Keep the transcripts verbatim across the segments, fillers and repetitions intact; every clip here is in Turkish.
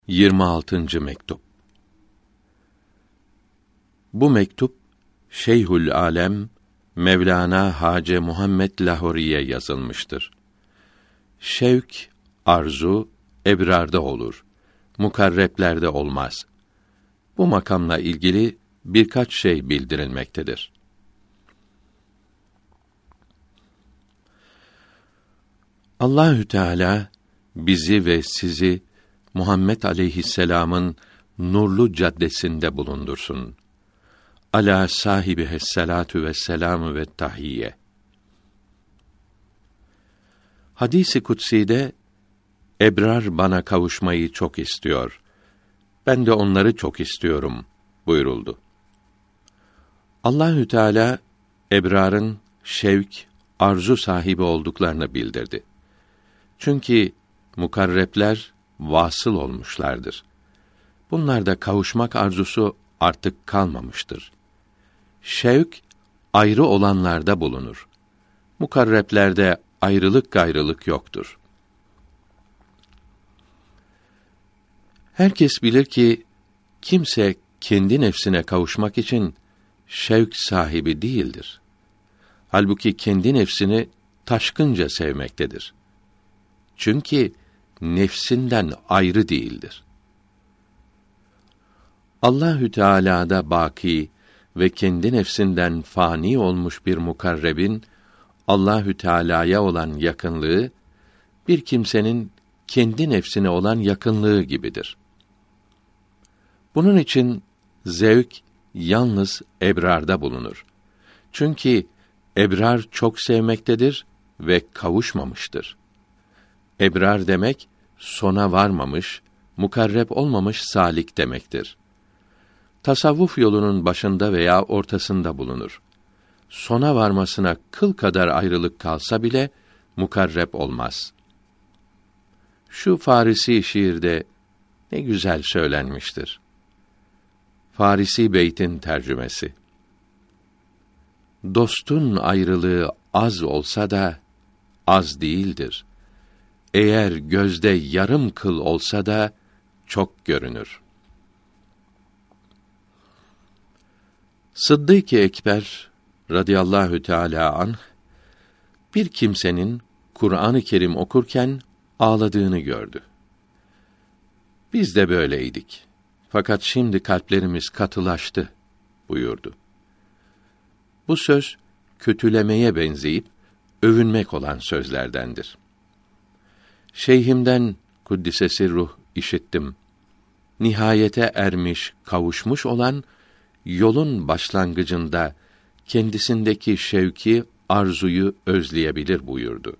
yirmi altıncı mektup. Bu mektup Şeyhül Alem Mevlana Hace Muhammed Lahori'ye yazılmıştır. Şevk, arzu ebrarda olur, mukarreplerde olmaz. Bu makamla ilgili birkaç şey bildirilmektedir. Allahü Teala bizi ve sizi Muhammed aleyhisselam'ın nurlu caddesinde bulundursun. Ala sahibi hessalatu vesselamü ve tahiyye. Hadis-i kutsi'de ebrar bana kavuşmayı çok istiyor. Ben de onları çok istiyorum buyuruldu. Allahü Teala ebrarın şevk, arzu sahibi olduklarını bildirdi. Çünkü mukarrepler vasıl olmuşlardır. Bunlarda kavuşmak arzusu artık kalmamıştır. Şevk ayrı olanlarda bulunur. Mukarreplerde ayrılık gayrılık yoktur. Herkes bilir ki kimse kendi nefsine kavuşmak için şevk sahibi değildir. Halbuki kendi nefsini taşkınca sevmektedir. Çünkü nefsinden ayrı değildir. Allahü Teala'da baki ve kendi nefsinden fani olmuş bir mukarrebin Allahü Teala'ya olan yakınlığı bir kimsenin kendi nefsine olan yakınlığı gibidir. Bunun için zevk yalnız ebrarda bulunur. Çünkü ebrar çok sevmektedir ve kavuşmamıştır. Ebrar demek sona varmamış, mukarreb olmamış salik demektir. Tasavvuf yolunun başında veya ortasında bulunur. Sona varmasına kıl kadar ayrılık kalsa bile mukarreb olmaz. Şu Farisi şiirde ne güzel söylenmiştir. Farisi beytin tercümesi. Dostun ayrılığı az olsa da az değildir. Eğer gözde yarım kıl olsa da çok görünür. Sıddık-ı Ekber radıyallahu teâlâ anh bir kimsenin Kur'an-ı Kerim okurken ağladığını gördü. Biz de böyleydik. Fakat şimdi kalplerimiz katılaştı buyurdu. Bu söz kötülemeye benzeyip övünmek olan sözlerdendir. Şeyhimden kuddise ruh işittim. Nihayete ermiş, kavuşmuş olan yolun başlangıcında kendisindeki şevki, arzuyu özleyebilir buyurdu.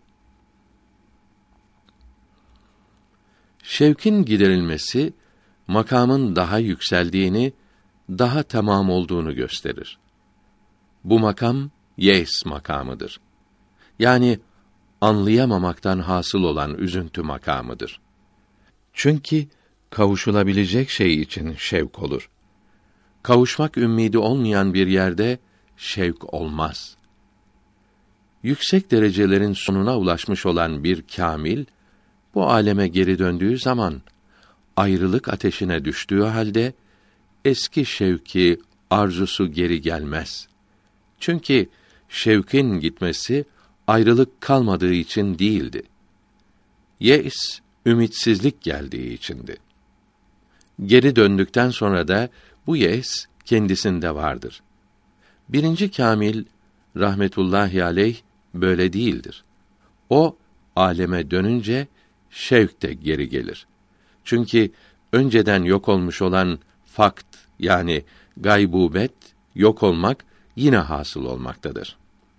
Şevkin giderilmesi makamın daha yükseldiğini, daha tamam olduğunu gösterir. Bu makam yeis makamıdır. Yani anlayamamaktan hasıl olan üzüntü makamıdır. Çünkü kavuşulabilecek şey için şevk olur. Kavuşmak ümmidi olmayan bir yerde şevk olmaz. Yüksek derecelerin sonuna ulaşmış olan bir kâmil, bu aleme geri döndüğü zaman, ayrılık ateşine düştüğü halde, eski şevki, arzusu geri gelmez. Çünkü şevkin gitmesi, ayrılık kalmadığı için değildi. Yeis, ümitsizlik geldiği içindi. Geri döndükten sonra da, bu yeis kendisinde vardır. Birinci kâmil rahmetullahi aleyh böyle değildir. O aleme dönünce şevk de geri gelir. Çünkü önceden yok olmuş olan fakt yani gaybubet yok olmak yine hasıl olmaktadır.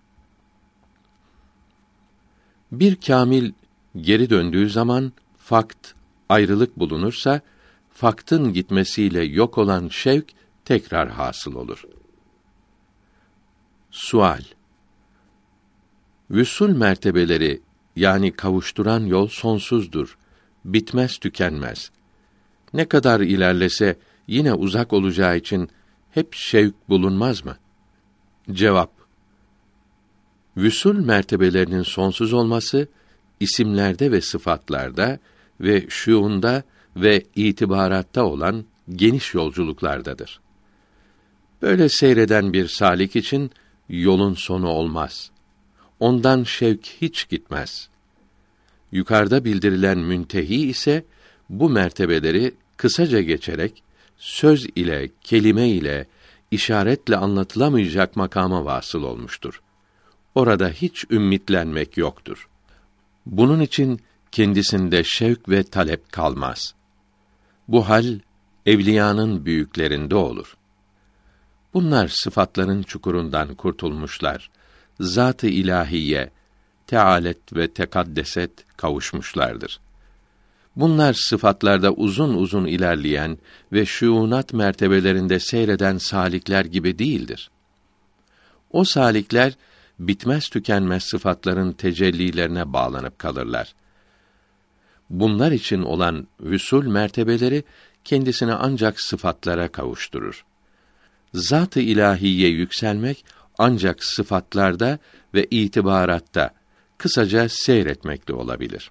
Bir kâmil geri döndüğü zaman fakt ayrılık bulunursa faktın gitmesiyle yok olan şevk tekrar hasıl olur. Sual: Vüsul mertebeleri yani kavuşturan yol sonsuzdur. Bitmez tükenmez. Ne kadar ilerlese yine uzak olacağı için hep şevk bulunmaz mı? Cevap: Vüsul mertebelerinin sonsuz olması isimlerde ve sıfatlarda ve şuunda ve itibaratta olan geniş yolculuklardadır. Böyle seyreden bir salik için yolun sonu olmaz. Ondan şevk hiç gitmez. Yukarıda bildirilen müntehi ise bu mertebeleri kısaca geçerek söz ile, kelime ile, işaretle anlatılamayacak makama vasıl olmuştur. Orada hiç ümmitlenmek yoktur. Bunun için kendisinde şevk ve talep kalmaz. Bu hal evliyanın büyüklerinde olur. Bunlar sıfatların çukurundan kurtulmuşlar. Zat-ı ilahiye, tealet ve tekaddeset kavuşmuşlardır. Bunlar sıfatlarda uzun uzun ilerleyen ve şuunat mertebelerinde seyreden salikler gibi değildir. O salikler bitmez tükenmez sıfatların tecellilerine bağlanıp kalırlar. Bunlar için olan vüsul mertebeleri kendisini ancak sıfatlara kavuşturur. Zat-ı ilahiye yükselmek ancak sıfatlarda ve itibaratta, kısaca seyretmekle olabilir.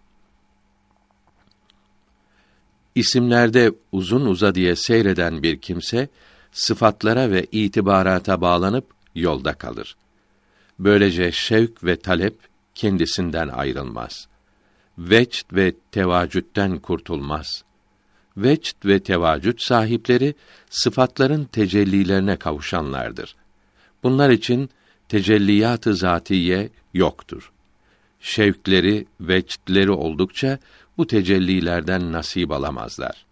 İsimlerde uzun uzadıya seyreden bir kimse, sıfatlara ve itibarata bağlanıp yolda kalır. Böylece şevk ve talep kendisinden ayrılmaz. Vecd ve tevacütten kurtulmaz. Vecd ve tevacüt sahipleri, sıfatların tecellilerine kavuşanlardır. Bunlar için tecelliyat-ı zatiye yoktur. Şevkleri, vecdleri oldukça bu tecellilerden nasip alamazlar.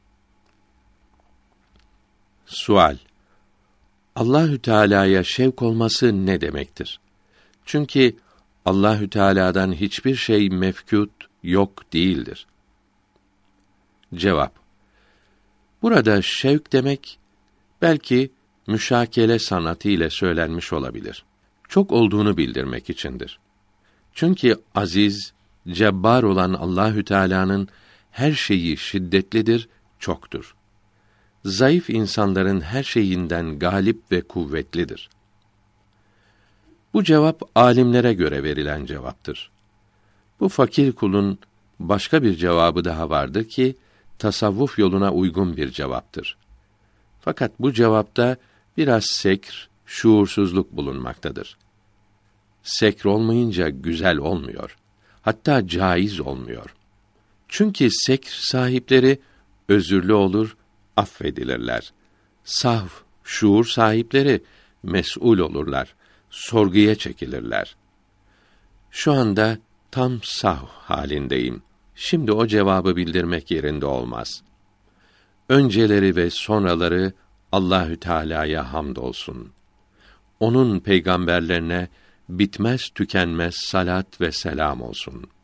Sual: Allahü Teala'ya şevk olması ne demektir? Çünkü Allahü Teala'dan hiçbir şey mefkût, yok değildir. Cevap: Burada şevk demek belki müşakele sanatı ile söylenmiş olabilir. Çok olduğunu bildirmek içindir. Çünkü aziz, cebbar olan Allahü Teala'nın her şeyi şiddetlidir, çoktur. Zayıf insanların her şeyinden galip ve kuvvetlidir. Bu cevap alimlere göre verilen cevaptır. Bu fakir kulun başka bir cevabı daha vardır ki tasavvuf yoluna uygun bir cevaptır. Fakat bu cevapta biraz sekr, şuursuzluk bulunmaktadır. Sekr olmayınca güzel olmuyor. Hatta caiz olmuyor. Çünkü sekr sahipleri özürlü olur, affedilirler. Sahv, şuur sahipleri mes'ul olurlar, sorguya çekilirler. Şu anda tam sahv halindeyim. Şimdi o cevabı bildirmek yerinde olmaz. Önceleri ve sonraları Allahü Teala'ya hamdolsun. Onun peygamberlerine bitmez tükenmez salat ve selam olsun.